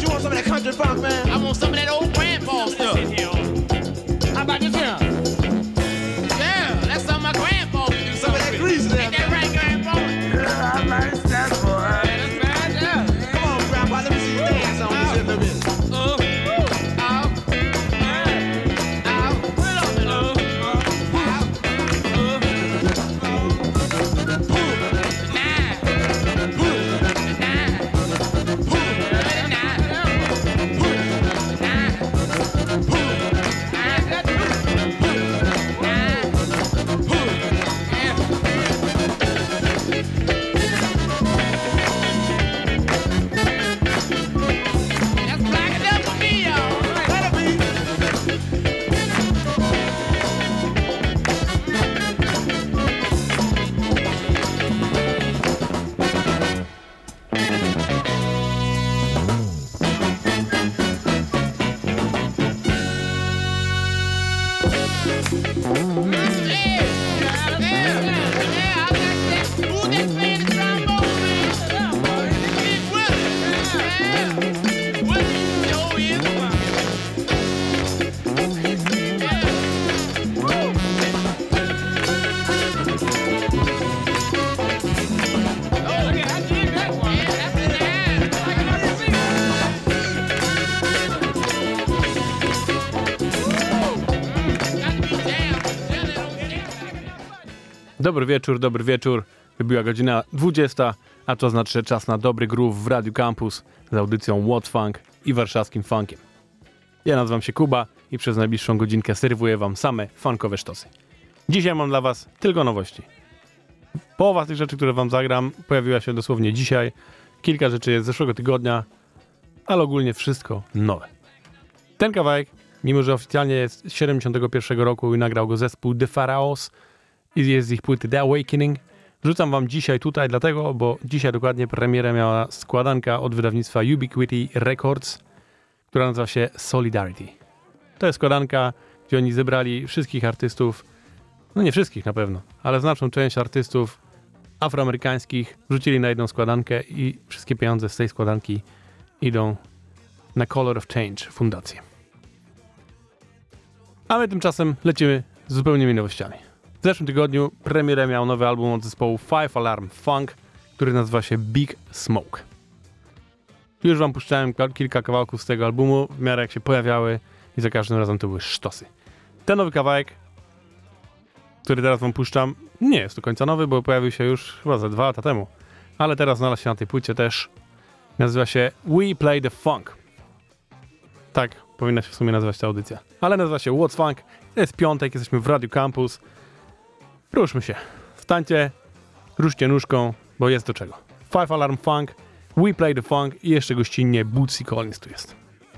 you want some of that country funk, man? I want some of that old grandpa stuff. How about this here? Yeah, that's some of my grandpa would do. Some of that grease there. Ain't that right, grandpa? Yeah, I like that, boy. That's right, yeah. Come on, grandpa, let me see you dance on this here a little bit. Dobry wieczór. Wybiła godzina 20, a to znaczy, że czas na dobry groove w Radiu Campus z audycją What Funk i warszawskim funkiem. Ja nazywam się Kuba i przez najbliższą godzinkę serwuję wam same funkowe sztosy. Dzisiaj mam dla was tylko nowości. Połowa tych rzeczy, które wam zagram, pojawiła się dosłownie dzisiaj. Kilka rzeczy jest z zeszłego tygodnia, ale ogólnie wszystko nowe. Ten kawałek, mimo że oficjalnie jest z 71 roku i nagrał go zespół The Pharaohs, i jest z ich płyty The Awakening. Wrzucam wam dzisiaj tutaj dlatego, bo dzisiaj dokładnie premierę miała składanka od wydawnictwa Ubiquity Records, która nazywa się Solidarity. To jest składanka, gdzie oni zebrali wszystkich artystów, no nie wszystkich na pewno, ale znaczną część artystów afroamerykańskich, wrzucili na jedną składankę i wszystkie pieniądze z tej składanki idą na Color of Change fundację. A my tymczasem lecimy z zupełnymi nowościami. W zeszłym tygodniu premierę miał nowy album od zespołu Five Alarm Funk, który nazywa się Big Smoke. Już wam puszczałem kilka kawałków z tego albumu, w miarę jak się pojawiały i za każdym razem to były sztosy. Ten nowy kawałek, który teraz wam puszczam, nie jest do końca nowy, bo pojawił się już chyba za 2 lata temu, ale teraz znalazł się na tej płycie też. Nazywa się We Play the Funk. Tak powinna się w sumie nazywać ta audycja. Ale nazywa się What's Funk. Jest piątek, jesteśmy w Radiu Campus. Ruszmy się. Wstańcie, ruszcie nóżką, bo jest do czego. Five Alarm Funk, We Play the Funk i jeszcze gościnnie Bootsy Collins tu jest.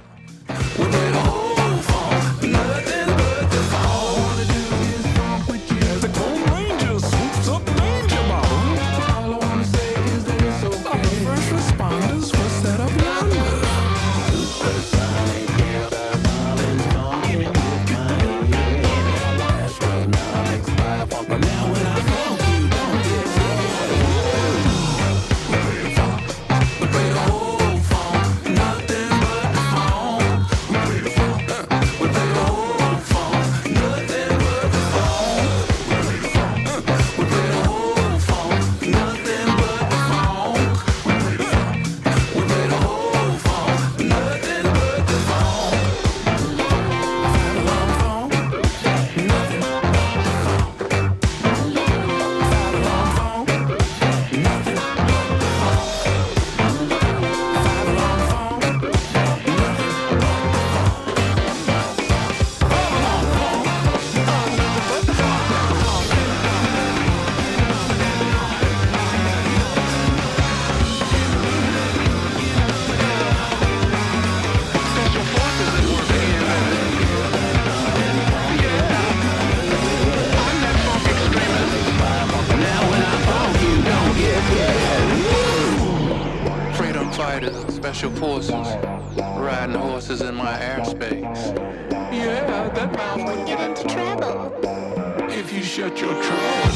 Special forces riding horses in my airspace. Yeah, that mouse would get into trouble if you shut your trunk.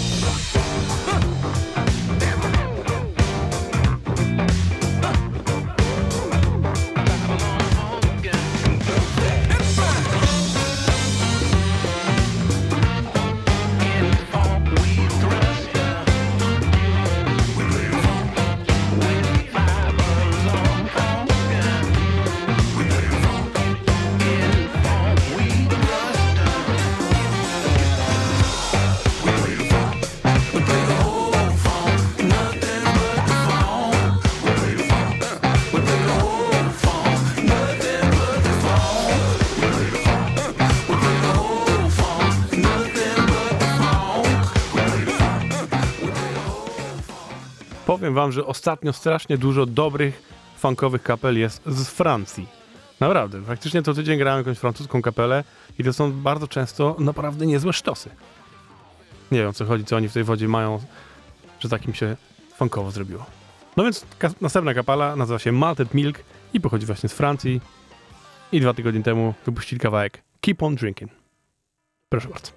powiem wam, że ostatnio strasznie dużo dobrych funkowych kapel jest z Francji. Naprawdę, praktycznie co tydzień grałem jakąś francuską kapelę i to są bardzo często naprawdę niezłe sztosy. Nie wiem, o co chodzi, co oni w tej wodzie mają, że takim się funkowo zrobiło. No więc następna kapela nazywa się Malted Milk i pochodzi właśnie z Francji i 2 tygodnie temu wypuścili kawałek Keep on Drinking. Proszę bardzo.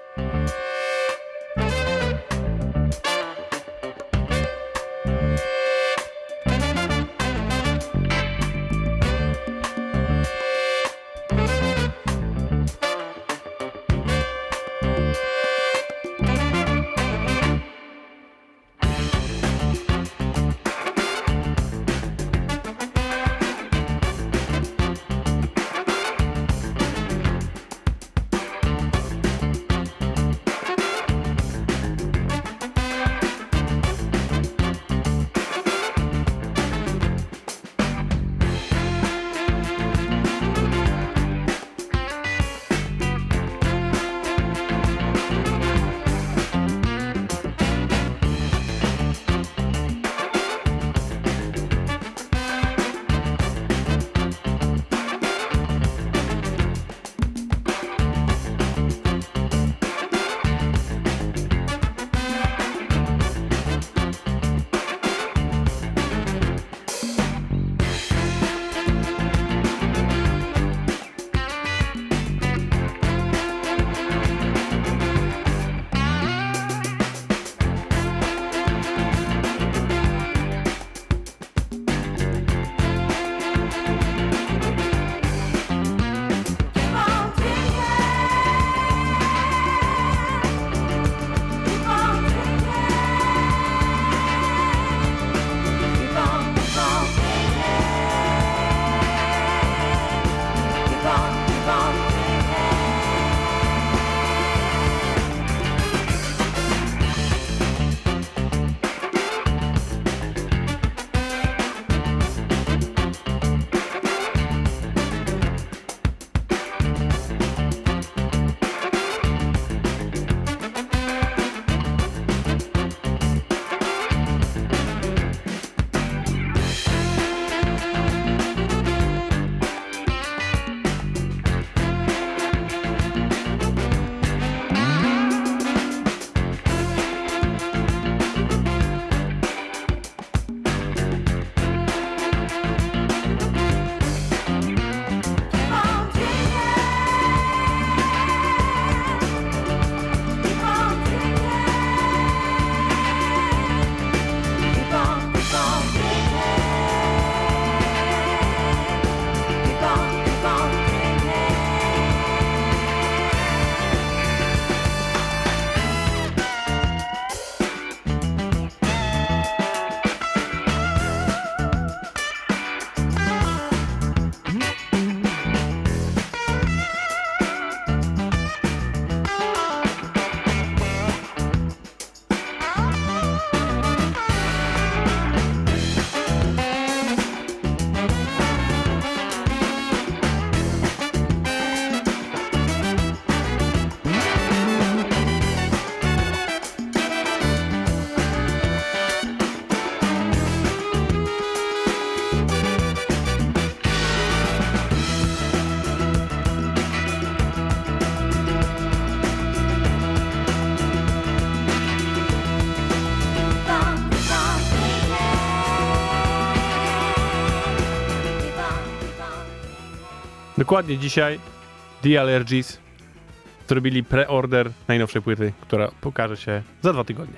Dokładnie dzisiaj The Allergies zrobili pre-order najnowszej płyty, która pokaże się za 2 tygodnie.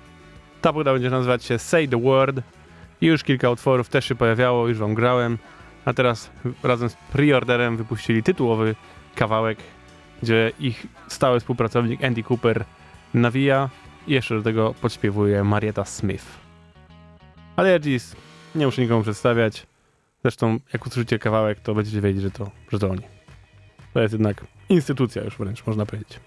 Ta płyta będzie nazywać się Say the Word i już kilka utworów też się pojawiało, już wam grałem, a teraz razem z pre-orderem wypuścili tytułowy kawałek, gdzie ich stały współpracownik Andy Cooper nawija i jeszcze do tego podśpiewuje Marietta Smith. Allergies nie muszę nikomu przedstawiać. Zresztą jak usłyszycie kawałek, to będziecie wiedzieć, że to oni. To jest jednak instytucja już wręcz, można powiedzieć.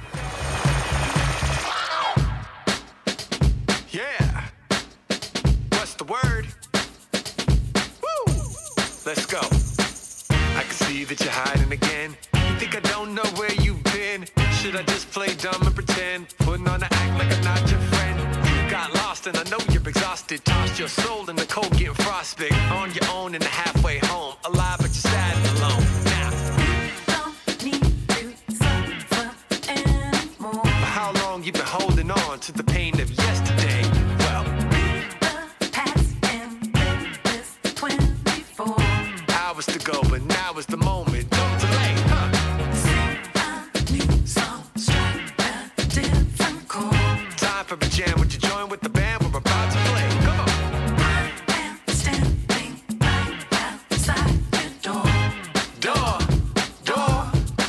Yeah. What's the word? Woo. Let's go. I can see that you're hiding again. You think I don't know where you've been? Should I just play dumb and pretend? Putting on the act like I'm not your friend. You got lost and I know you're exhausted. exhausted, tossed your soul in the cold, getting frostbite. On your own in the halfway home, alive but you're sad and alone. Now, don't need to suffer anymore. for how long you been holding on to the pain of yesterday? Well, The past and live this 24. hours to go, but now is the moment. Don't delay, huh? Sing a new song, strike a different chord. Time for a jam. Would you join with the band? We're about to play. Come on. I am standing right outside your door. Door, door.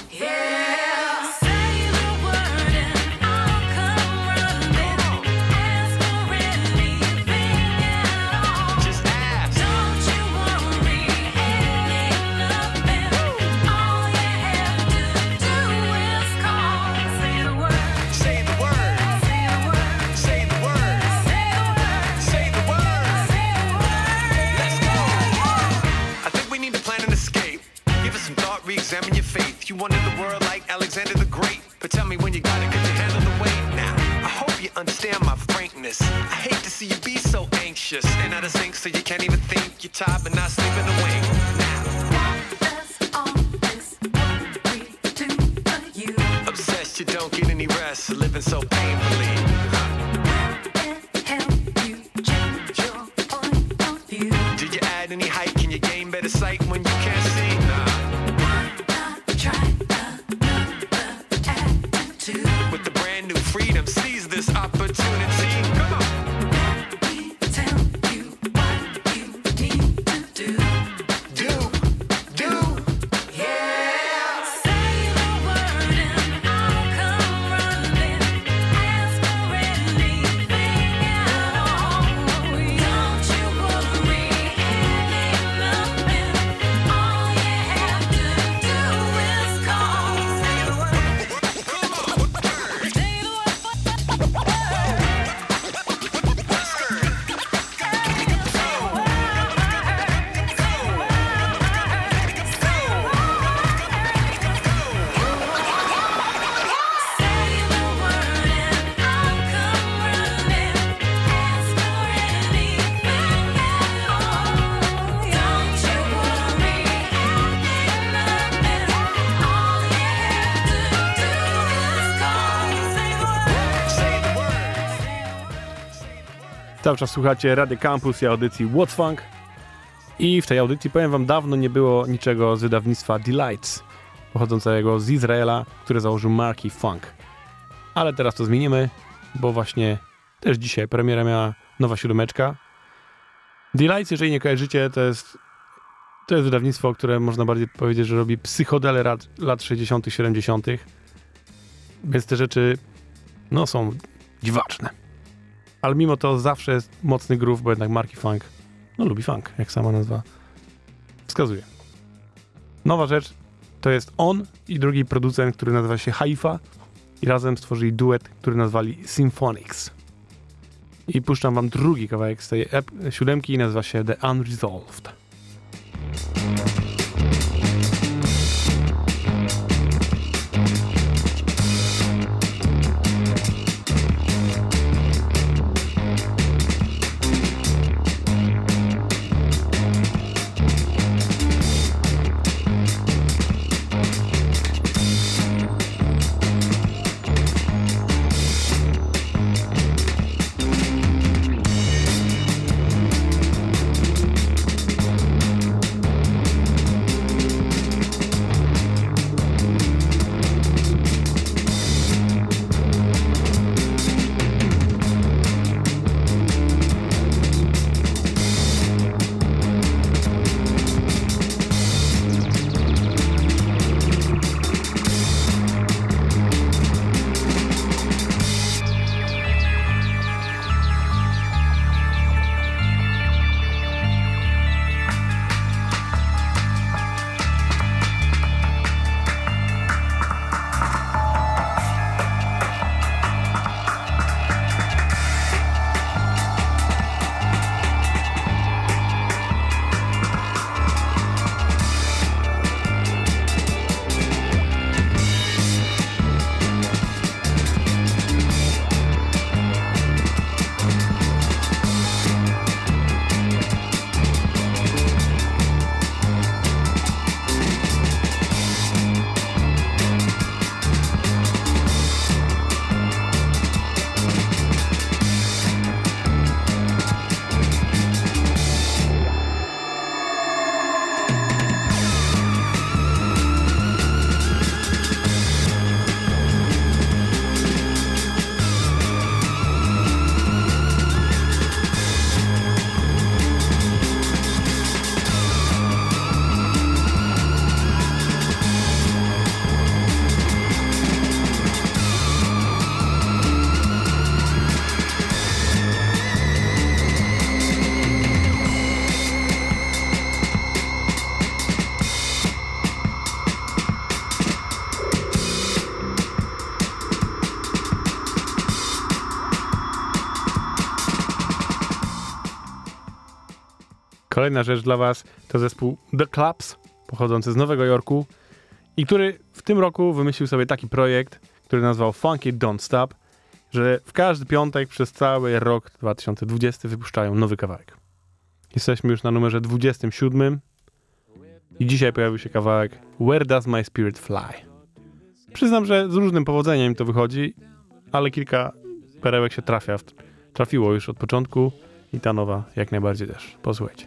Yeah. Say the word and I'll come running. Ask for anything at all. Just ask. Don't you worry, ain't nothing. All you have to do is call. Say the word. Say the word. Say the word. Say the word. Say the word. Say the word. Say the word. Let's go. I think we need to plan an escape. Give it some thought, re-examine your faith. You wanted the world like Alexander the Great, but tell me when you got it, could you handle the weight? Now, I hope you understand my frankness. I hate to see you be so anxious and out of sync, so you can't even think. You're tired but not sleeping away. Now, What does all this worry do for you? obsessed, you don't get any rest, living so painfully. Will it help you change your point of view? Did you add any height? Can you gain better sight when you can't see? Nah. Why not try another attitude? With the brand new freedom, seize this opportunity. Come on. Let me tell you what you need to do. Do, do. Yeah. Say the word and I'll come running. Ask for anything at all. Don't you worry, ain't nothing. All you have to do is call. Say the word. Say the Cały czas słuchacie Radio Campus i audycji What's Funk. I w tej audycji, powiem wam, dawno nie było niczego z wydawnictwa Delights, pochodzącego z Izraela, które założył Marky Funk. Ale teraz to zmienimy, bo właśnie też dzisiaj premiera miała nowa 7. Delights, jeżeli nie kojarzycie, to jest wydawnictwo, które można bardziej powiedzieć, że robi psychodele lat 60., 70. Więc te rzeczy, no, są dziwaczne. Ale mimo to zawsze jest mocny groove, bo jednak Marky Funk, no, lubi funk, jak sama nazwa wskazuje. Nowa rzecz to jest on i drugi producent, który nazywa się Haifa i razem stworzyli duet, który nazwali Symphonics. I puszczam wam drugi kawałek z tej 7 i nazywa się The Unresolved. Kolejna rzecz dla was to zespół The Claps, pochodzący z Nowego Jorku i który w tym roku wymyślił sobie taki projekt, który nazwał Funky Don't Stop, że w każdy piątek przez cały rok 2020 wypuszczają nowy kawałek. Jesteśmy już na numerze 27 i dzisiaj pojawił się kawałek Where Does My Spirit Fly. Przyznam, że z różnym powodzeniem to wychodzi, ale kilka perełek się trafiło już od początku i ta nowa jak najbardziej też. Posłuchajcie.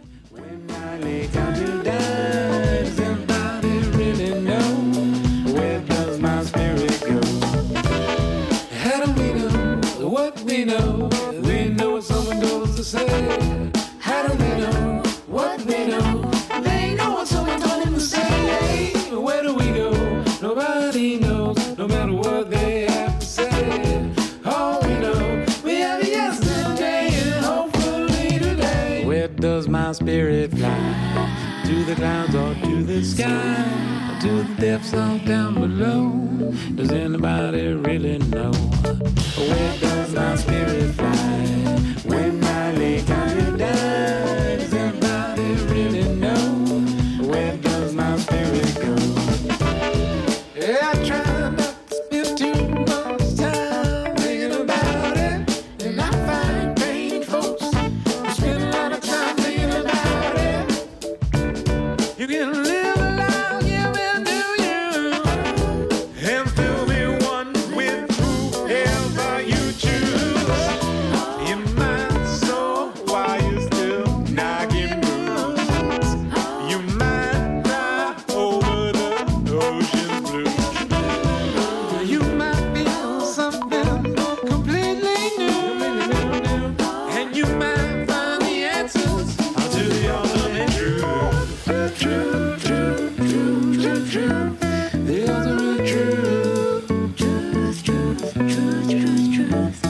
We know what someone knows to say. How do we know what we know? They know what someone told them to say. Where do we go? Nobody knows, no matter what they have to say. All we know, we have yesterday and hopefully today. Where does my spirit fly? To the clouds or to the sky? To the depths or down below? Does anybody really know? Where does my spirit fly? When I lay down to die, does anybody really know? Where does my spirit go? Yeah, I try not to spend too much time thinking about it, and I find strange folks who spend a lot of time thinking about it. You can live a life you will do you, and still be one with whoever you choose. In my soul, why you still knocking blues? You might fly over the ocean's blue. You might feel something completely new, and you might find the answers to the ultimate truth. True, true, true, true, true. The ultimate truth. Truth, truth, truth, truth, truth.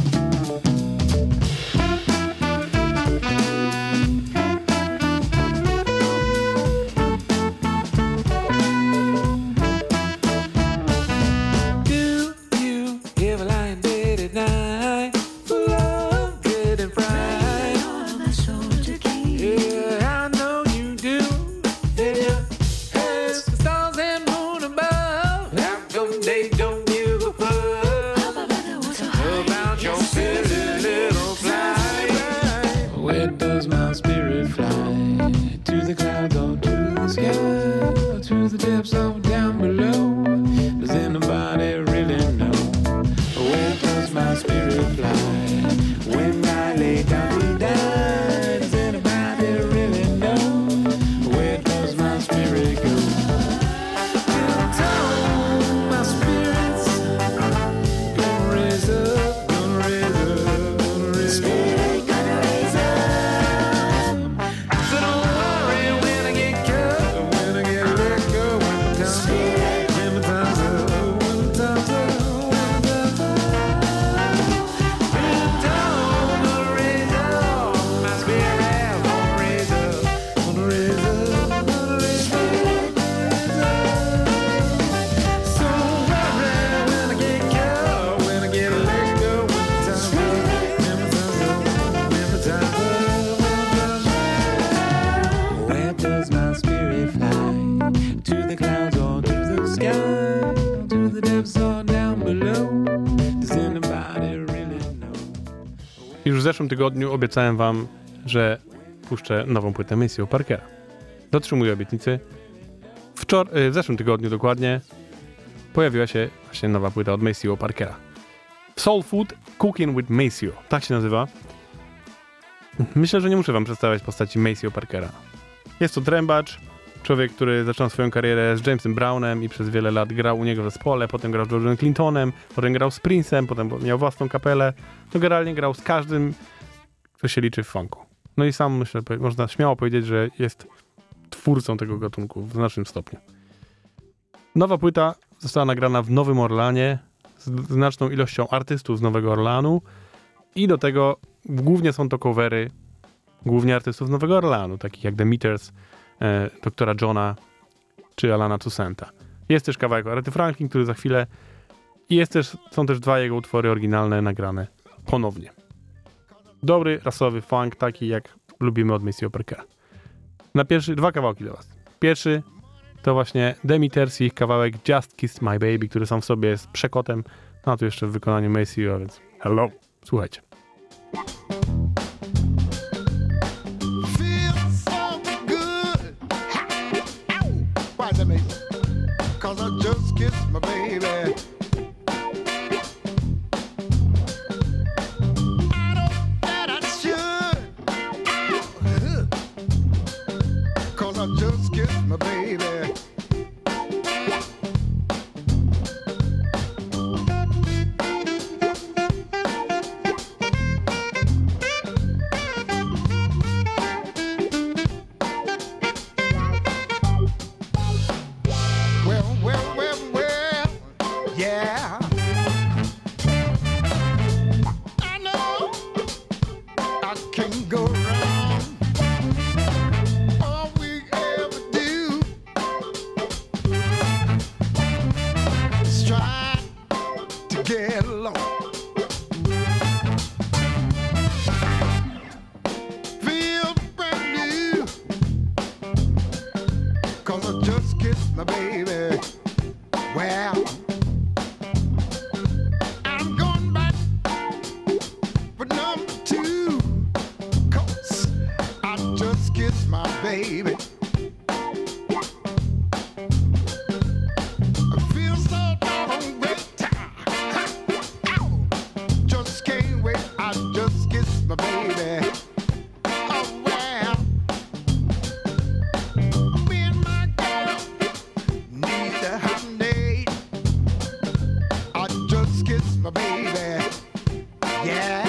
Do you ever lie in bed at night, full of dread and fright? Yeah, I know you do. In your head's the stars and moon above. How come they don't give a fuck about your silly little flight? Where does my spirit fly? To the clouds or to the sky? To the depths of down below? Does anybody really know? Where does my spirit fly? When I lay down to die, does anybody really know? Where does my spirit go? Till dawn, my spirit's gonna raise up, gonna raise up, gonna raise up. Gonna raise up. So don't worry when I get cut, when I get let go, when the time's up, when the time's up, when the time's up, when the time's up. Till dawn, gonna raise up, my spirit gonna raise up, gonna raise up, gonna raise up, raise up. So don't worry when I get cut, when I get let go, when the time's up, when the time's up, when the time's up, when the time's up. Where does my spirit fly? To the clouds or to the sky? To the depths or down below? Does anybody really know? Już w zeszłym tygodniu obiecałem wam, że puszczę nową płytę Maceo Parkera. Dotrzymuję obietnicy. W zeszłym tygodniu dokładnie pojawiła się właśnie nowa płyta od Maceo Parkera. Soul Food Cooking with Maceo. Tak się nazywa. Myślę, że nie muszę wam przedstawiać postaci Maceo Parkera. Jest to trębacz, człowiek, który zaczął swoją karierę z Jamesem Brownem i przez wiele lat grał u niego w zespole, potem grał z George'em Clintonem, potem grał z Prince'em, potem miał własną kapelę. No generalnie grał z każdym, kto się liczy w funku. No i sam myślę, można śmiało powiedzieć, że jest twórcą tego gatunku w znacznym stopniu. Nowa płyta została nagrana w Nowym Orleanie z znaczną ilością artystów z Nowego Orleanu i do tego głównie są to covery głównie artystów z Nowego Orleanu, takich jak The Meters, Doktora Johna czy Alana Toussainta. Jest też kawałek o Arethy Franklin, który za chwilę i są też dwa jego utwory oryginalne nagrane ponownie. Dobry, rasowy funk, taki jak lubimy od Maceo Parkera. Na pierwszy 2 kawałki dla was. Pierwszy to właśnie Demeters i ich kawałek Just Kiss My Baby, który sam w sobie jest przekotem. No a tu jeszcze w wykonaniu Maceo, więc hello. Słuchajcie. Feels so good. Ow. Why is that, mate? 'Cause I just kissed my baby. I know that I should. Ow. 'Cause I just kissed my baby. Well, yeah. I know I can't go wrong. All we ever do is try to get along. Feel brand new, 'cause I just kissed my baby. Well, I'm going back for number 2, 'cause I just kissed my baby. I feel so doggone great. Ow. Just can't wait. I just kissed my baby. Oh, well. Me and my girl need a honey. I just kissed my baby. Yeah.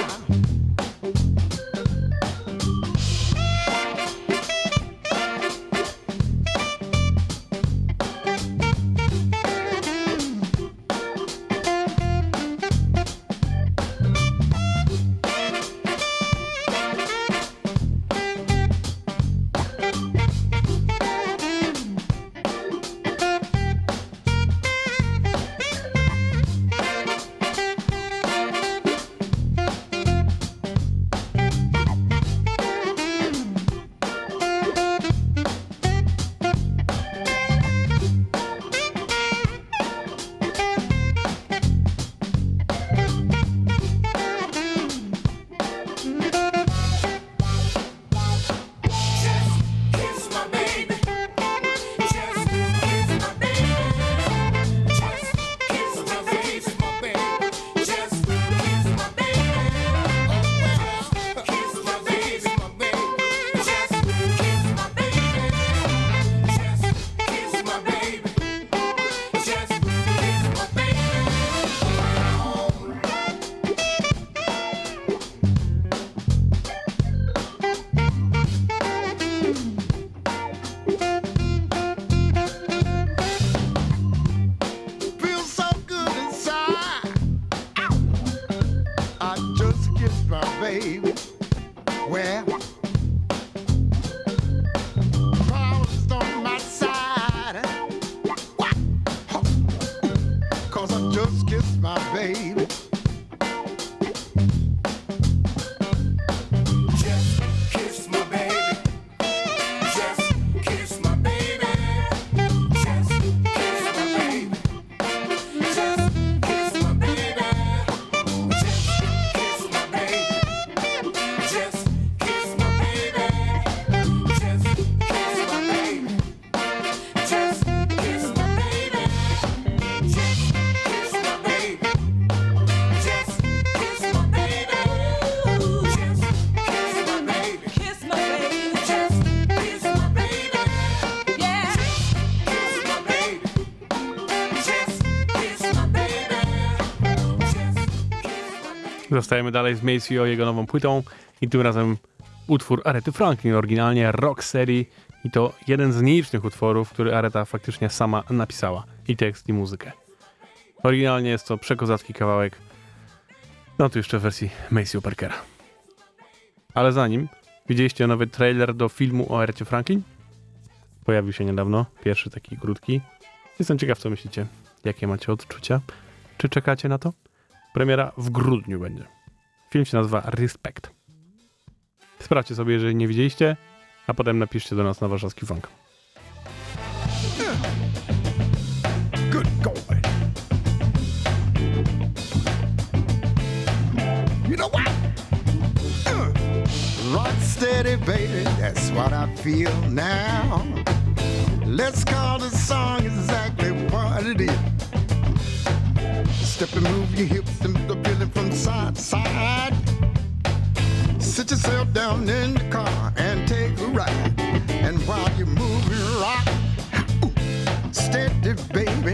Feels so good inside. Ow. I just kissed my baby. Well, power's on my side. What? 'Cause I just kissed my baby. Just kiss my baby. Just kiss my baby. Just kiss my baby. Just kiss my baby. Just kiss my baby. Just kiss my baby. Just kiss my baby. Just kiss my baby. Just kiss my baby. Just kiss my baby. Just kiss my baby. Kiss my baby. Just kiss my baby. Yeah. Kiss my baby. Just kiss my baby. Just kiss my baby. Zostajemy dalej z Maceo, jego nową płytą i tym razem utwór Arety Franklin, oryginalnie Rocksteady i to jeden z nielicznych utworów, który Areta faktycznie sama napisała i tekst i muzykę. Oryginalnie jest to przekozacki kawałek, no tu jeszcze w wersji Maceo Parkera. Ale zanim, widzieliście nowy trailer do filmu o Arecie Franklin? Pojawił się niedawno, pierwszy taki krótki. Jestem ciekaw, co myślicie, jakie macie odczucia, czy czekacie na to? Premiera w grudniu będzie. Film się nazywa Respect. Sprawdźcie sobie, jeżeli nie widzieliście, a potem napiszcie do nas na warszawski funk. Good God. You know what? Rock steady, baby, that's what I feel now. Let's call the song exactly what it is. Step and move your hips and the feeling from side to side. Sit yourself down in the car and take a ride. And while you move and rock, steady, baby.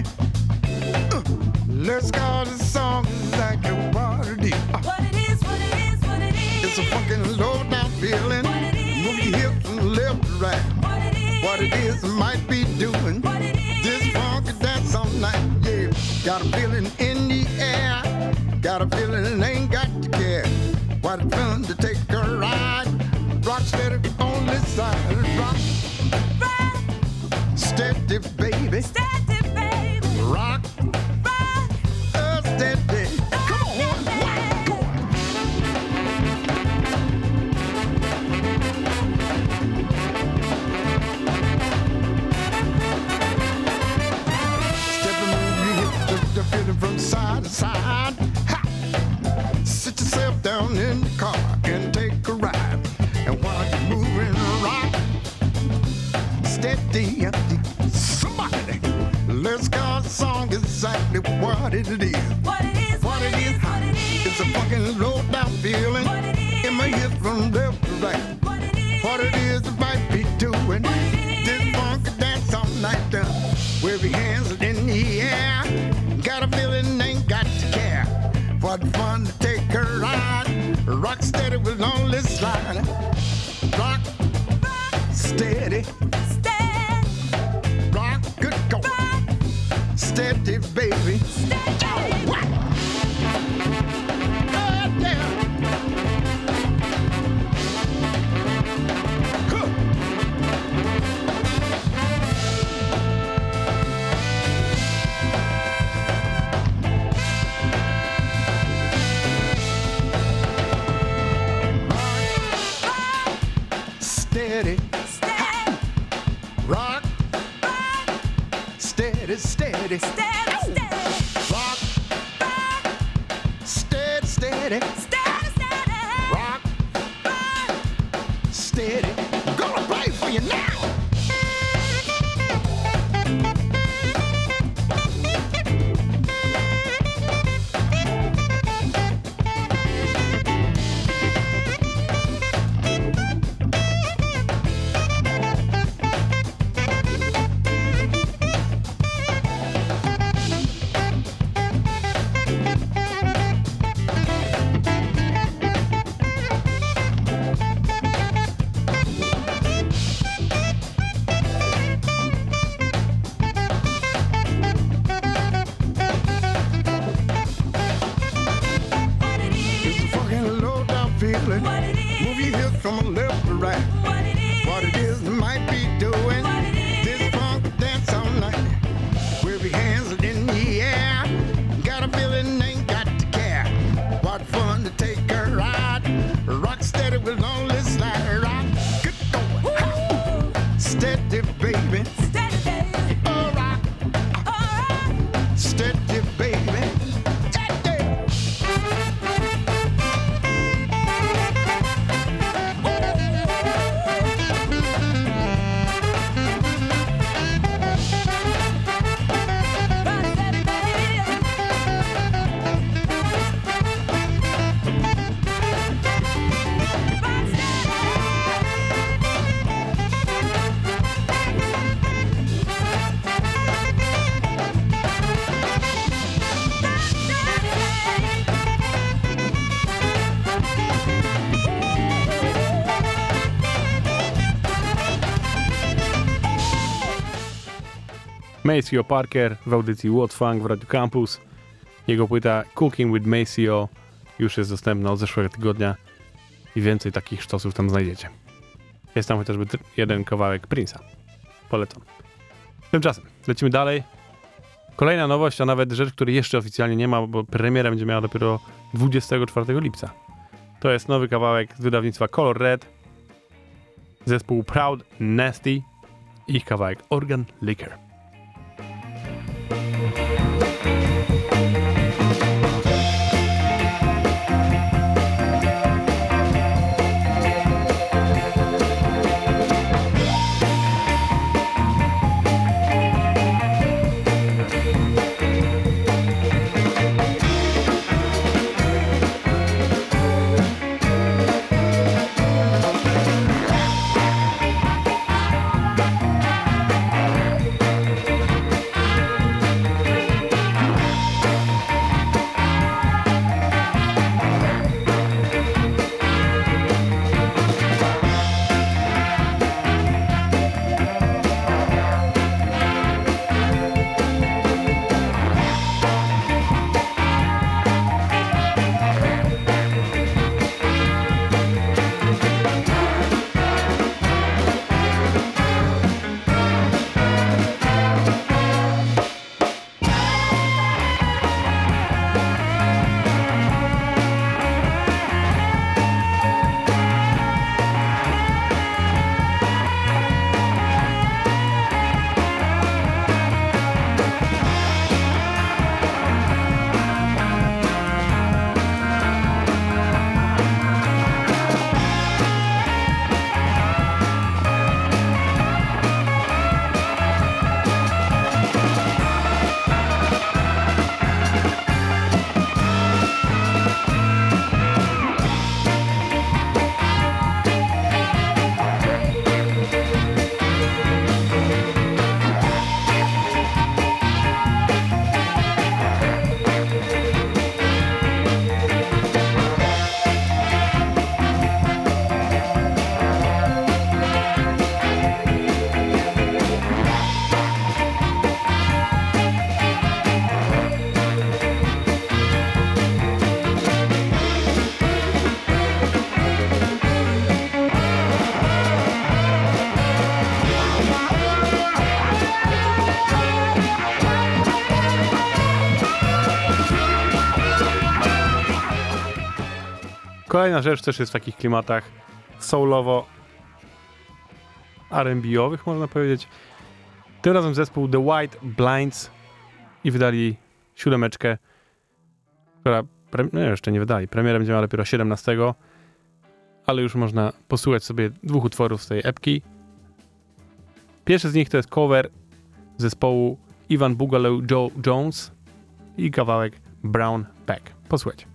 Let's call the song exactly what it is. What it is, what it is, what it is. It's a fucking low down feeling. What it is. Move your hips from left to right. What it is. What it is might be doing. What it is. This funky dance all night, yeah. Got a feeling in the air. Got a feeling and ain't got to care. What a feeling to take a ride. Rock steady on this side. Rock Rock, steady, baby. steady, baby. Rock Rock, steady. Come on, steady. go on. Step and move your hips, the feeling from side to side. Ha! Sit yourself down in the car and take a ride. And while you're moving, rock steady. Somebody, let's call the song exactly what it is. What it is, What it is, what it is. it's a fucking low down feeling. What it is. In my hips from left to right. What it is. What it is it might be doing. This funky dance all night down. Wave your hands in the air. Got a feeling, ain't got to care. What fun to take a ride. Rock steady with only slide. Rock steady. Steady, Rock, good go. Steady, baby. steady. Oh, what? Oh, yeah. Huh. Steady, Steady, rock, steady, steady, steady, steady. rock, steady, steady, Steady, steady. rock, steady. Gonna play for you now. What it It's is, a fucking low down feeling. what it is. Move your hips from left to right. What it is. What it is might be doing. What it is. This funk dance all night. Wave your hands in the air. Got a feeling, ain't got to care. What fun to take a ride. Rock steady with only slide. Rock, good going. Ha. Steady, baby. Steady, baby. Oh, rock, All right. steady, baby. Steady. Rock steady, baby. Rock Maceo Parker w audycji What Funk w Radio Campus. Jego płyta Cooking with Maceo już jest dostępna od zeszłego tygodnia i więcej takich sztosów tam znajdziecie. Jest tam chociażby jeden kawałek Prince'a. Polecam. Tymczasem lecimy dalej. Kolejna nowość, a nawet rzecz, której jeszcze oficjalnie nie ma, bo premiera będzie miała dopiero 24 lipca. To jest nowy kawałek z wydawnictwa Color Red. zespół Proud Nasty i ich kawałek Organ Liquor. Kolejna rzecz też jest w takich klimatach soulowo R&B-owych, można powiedzieć. Tym razem zespół The White Blinds i wydali 7, która jeszcze nie wydali. Premiera będzie miała dopiero 17, ale już można posłuchać sobie 2 utworów z tej epki. Pierwszy z nich to jest cover zespołu Ivan Boogaloo Joe Jones i kawałek Brown Bag. Posłuchajcie.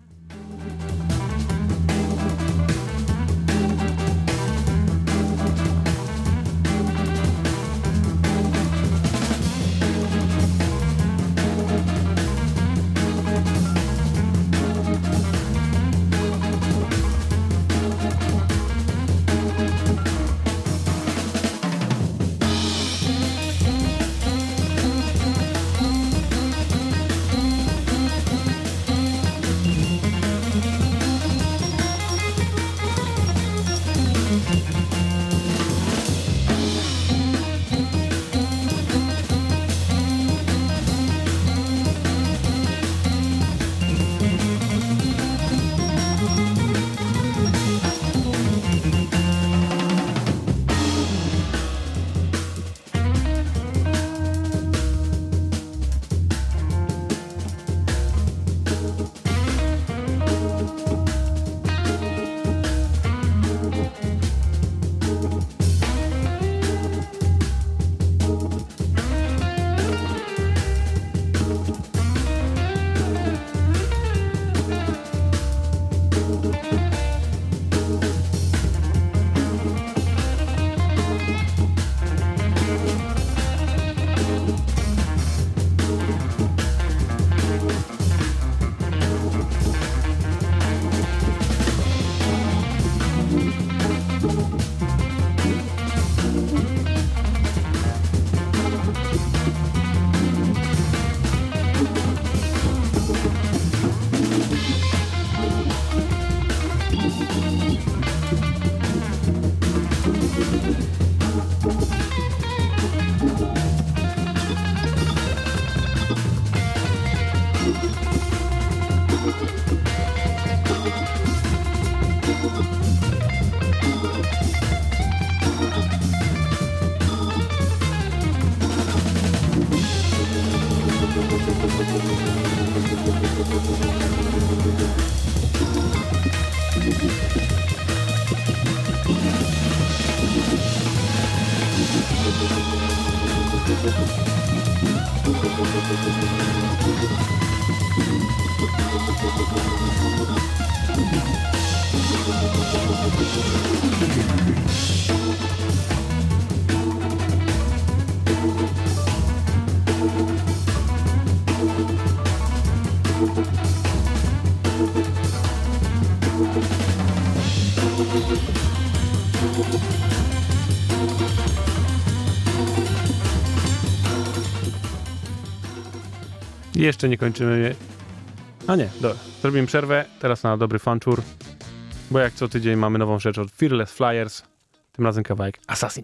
I jeszcze nie kończymy. A nie, dobra. Zrobimy przerwę. Teraz na dobry fanczur. Bo jak co tydzień mamy nową rzecz od Fearless Flyers. Tym razem kawałek Assassin.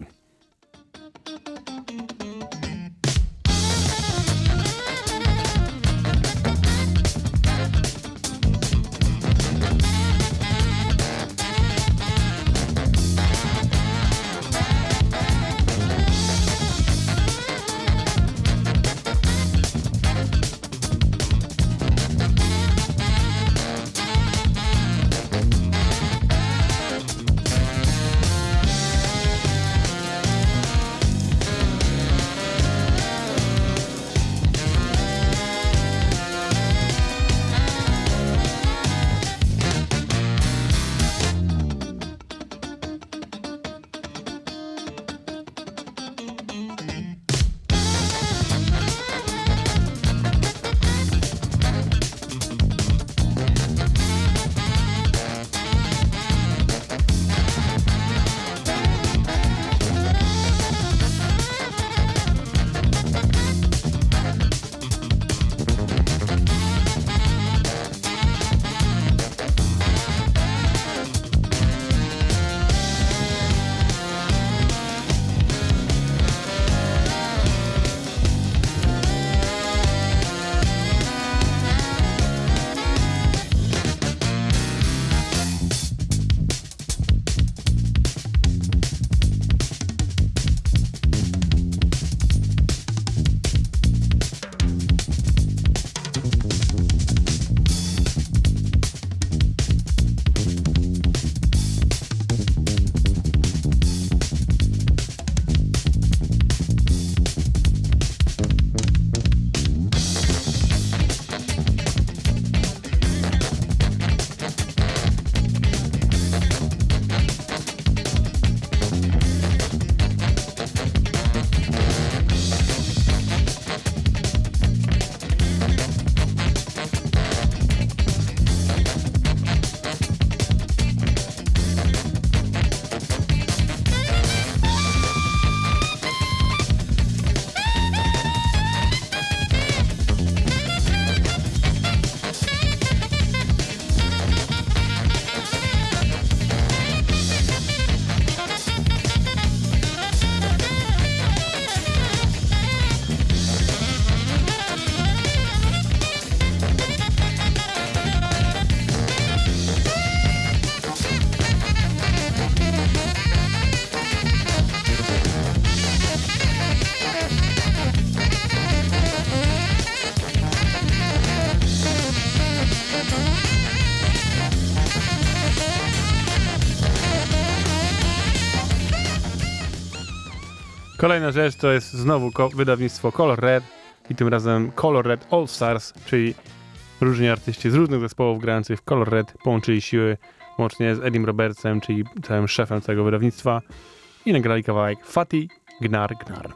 Kolejna rzecz to jest znowu wydawnictwo Color Red i tym razem Color Red All Stars, czyli różni artyści z różnych zespołów grających w Color Red połączyli siły łącznie z Edim Robertsem, czyli całym szefem całego wydawnictwa i nagrali kawałek Fatty Gnar Gnar.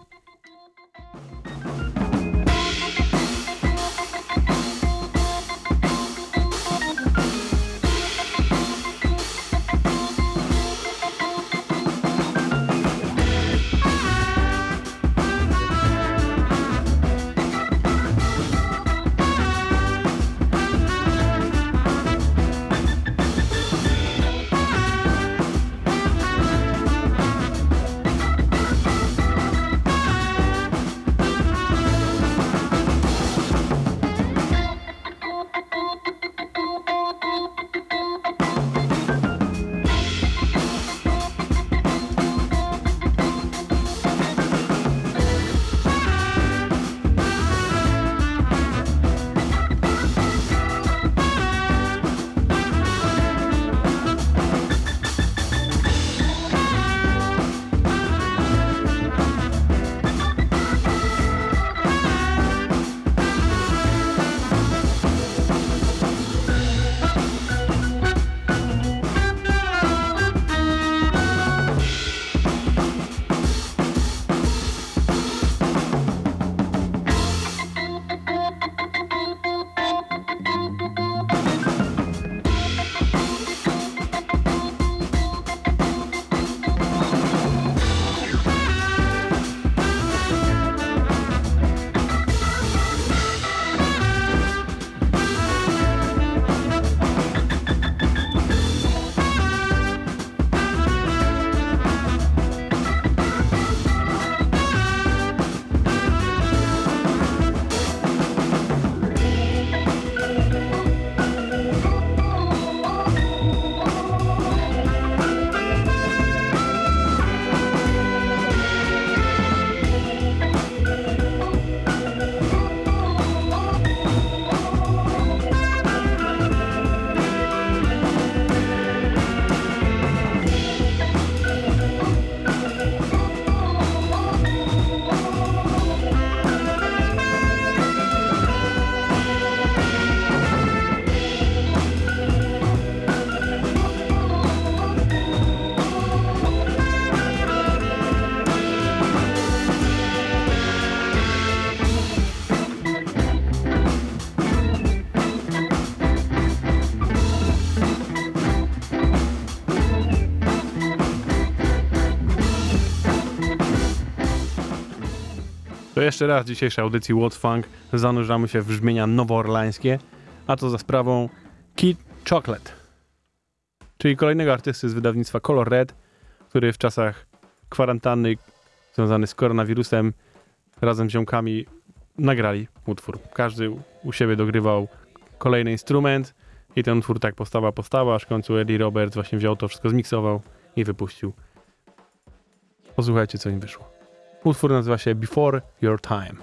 Jeszcze raz w dzisiejszej audycji What's Funk zanurzamy się w brzmienia nowoorlańskie, a to za sprawą Kid Chocolate, czyli kolejnego artysty z wydawnictwa Color Red, który w czasach kwarantanny związany z koronawirusem razem z ziomkami nagrali utwór. Każdy u siebie dogrywał kolejny instrument i ten utwór tak powstała, aż w końcu Eddie Roberts właśnie wziął to wszystko, zmiksował i wypuścił. Posłuchajcie, co im wyszło. Utwór nazywa się Before Your Time.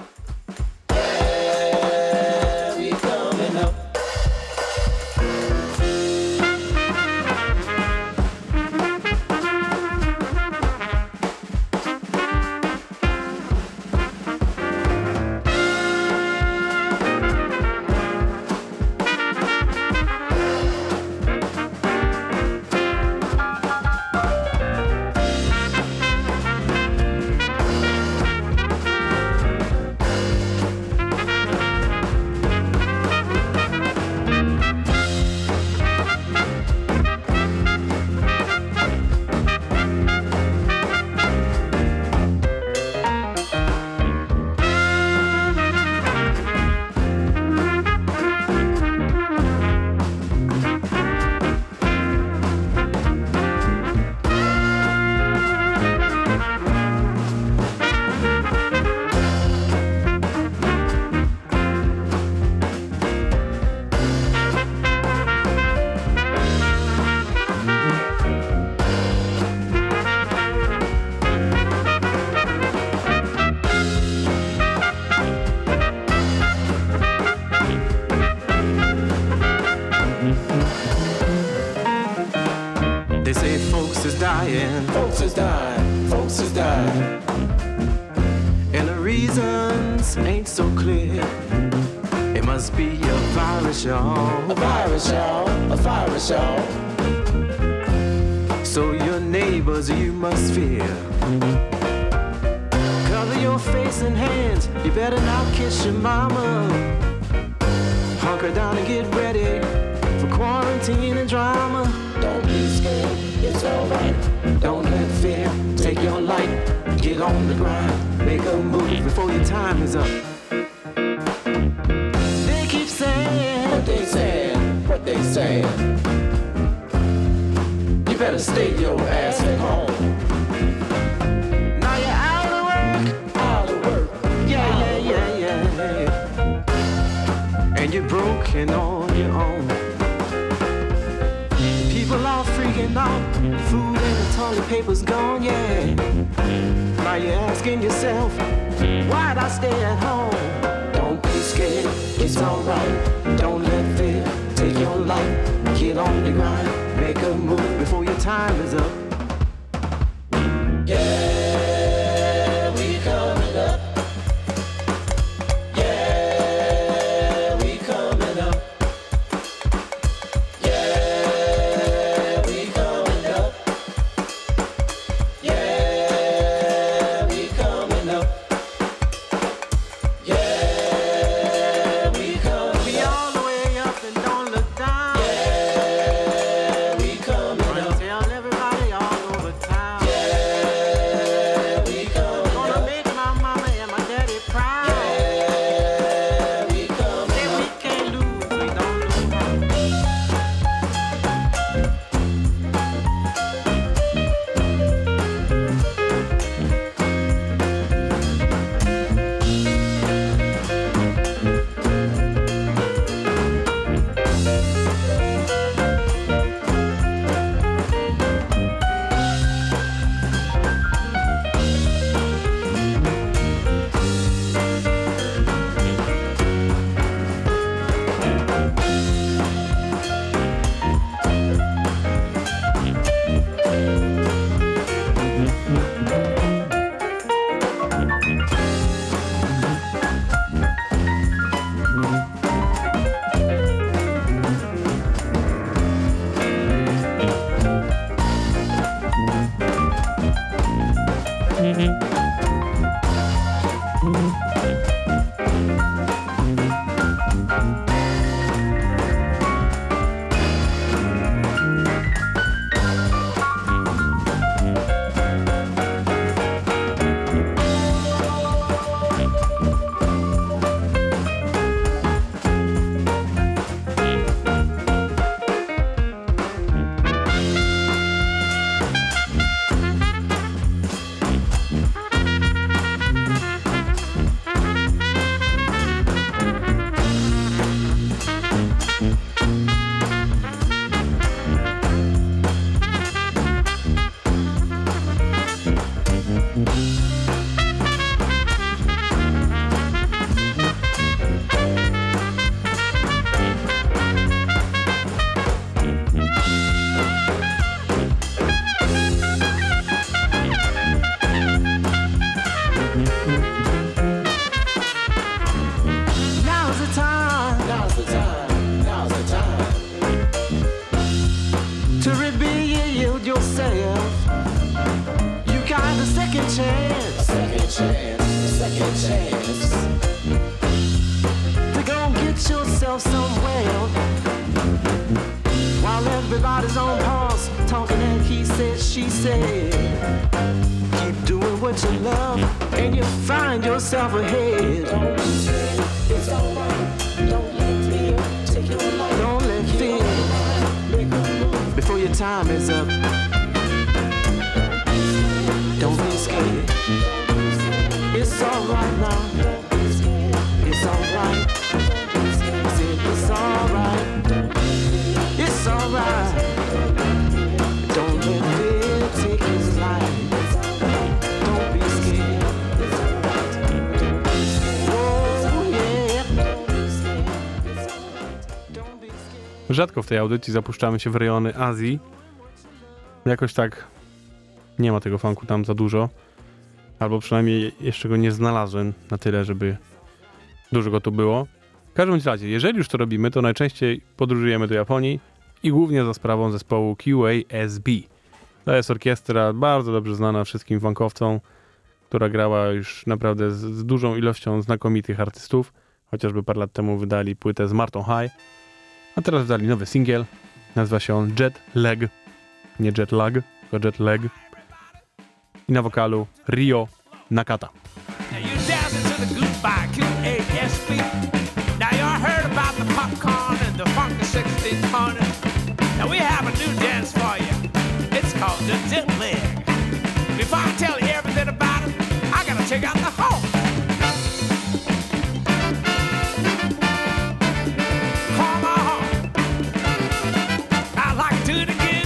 They say folks is dying, Folks is dying, folks is dying. and the reasons ain't so clear. It must be a virus, y'all. A virus, y'all, a virus, y'all. So your neighbors you must fear. Cover your face and hands, you better not kiss your mama. Hunker down and get ready for quarantine and drama. Don't be scared, it's alright. Don't let fear take your life. Get on the grind, make a move before your time is up. They keep saying What they saying, what they saying. You better stay your ass at home. now you're out of work. Out of work, Yeah. And you're broken on your own. People are freaking out. Food and the toilet paper's gone, yeah. Now you're asking yourself, why'd I stay at home? don't be scared, It's alright. Don't let fear take your life. Get on the grind. Make a move before your time is up. yeah, we coming up. Yeah, we coming up. Yeah, we coming up. Yeah, we coming up. Yeah, we coming Be up. all the way up and don't look down. Yeah, we coming up. Tell everybody all she said, keep doing what you love, and you'll find yourself ahead. It's alright. Don't let fear take your life. Don't let fear before your time is up. Don't be scared. It's alright now. It's alright. I said it's alright. It's alright. Don't let fear take his life. Don't be scared. Oh yeah. Don't be scared. Rzadko w tej audycji zapuszczamy się w rejony Azji. Jakoś tak nie ma tego funku tam za dużo. Albo przynajmniej jeszcze go nie znalazłem na tyle, żeby dużo go tu było. W każdym razie, jeżeli już to robimy, to najczęściej podróżujemy do Japonii i głównie za sprawą zespołu QASB. To jest orkiestra bardzo dobrze znana wszystkim funkowcom, która grała już naprawdę z dużą ilością znakomitych artystów. Chociażby parę lat temu wydali płytę z Martą High. A teraz wydali nowy singiel. Nazywa się on Jet Lag. Nie Jet Lag, tylko Jet Lag. I na wokalu Ryo Nakata. Now you dancing to the goodbye QASB. Now y'all heard about the popcorn and the funky 16 corner. Now we have a new dance for you. It's called the Jet Lag. Before I tell you everything about it, I gotta check out the home. Come on. I like to do it again.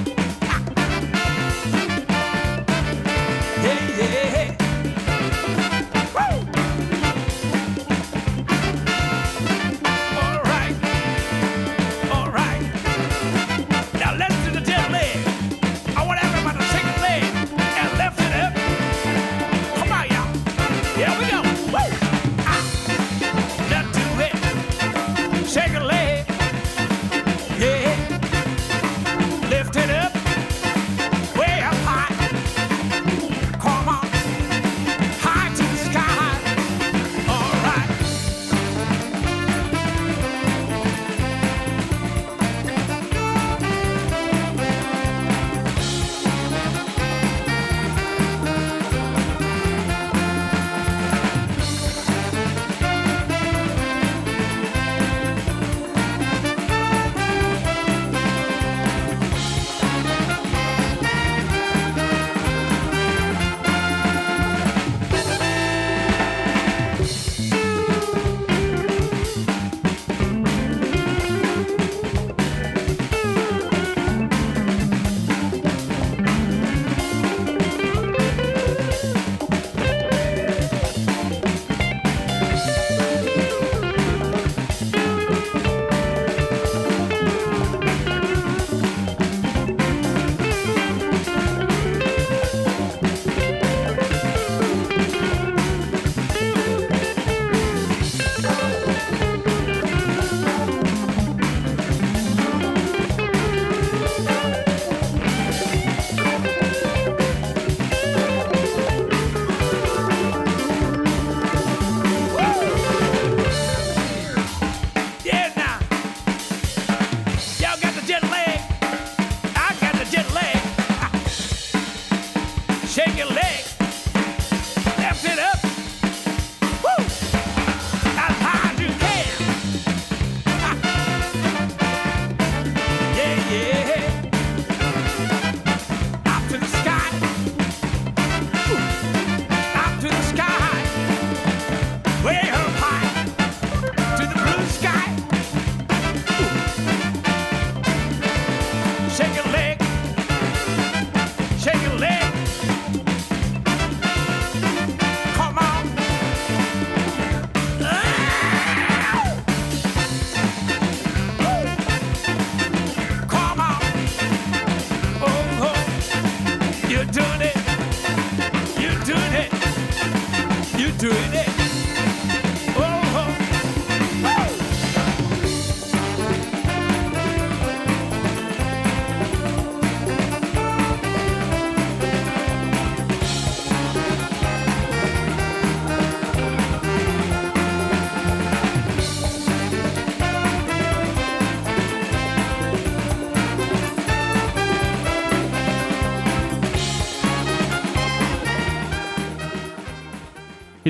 Hey, hey, hey. Woo! All right. All right. Now let's do the Jet Lag. I want everybody to sing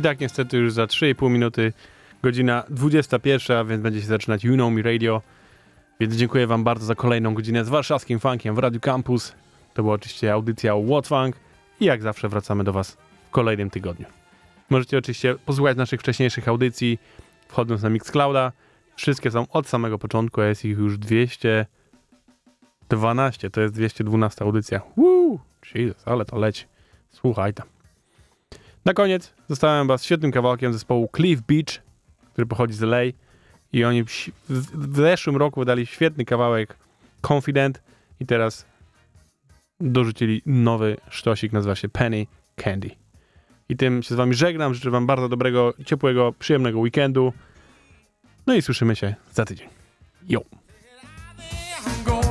tak niestety już za 3,5 minuty godzina 21, więc będzie się zaczynać You Know Me Radio. Więc dziękuję wam bardzo za kolejną godzinę z warszawskim funkiem w Radiu Campus. To była oczywiście audycja What Funk i jak zawsze wracamy do was w kolejnym tygodniu. Możecie oczywiście posłuchać naszych wcześniejszych audycji wchodząc na Mixclouda. Wszystkie są od samego początku, a jest ich już 212, to jest 212 audycja. Woo! Jesus, ale to leci. Słuchaj tam. Na koniec zostałem was świetnym kawałkiem zespołu Cliff Beach, który pochodzi z LA i oni w zeszłym roku wydali świetny kawałek Confident i teraz dorzucili nowy sztosik, nazywa się Penny Candy. I tym się z wami żegnam, życzę wam bardzo dobrego, ciepłego, przyjemnego weekendu. No i słyszymy się za tydzień. Yo! Go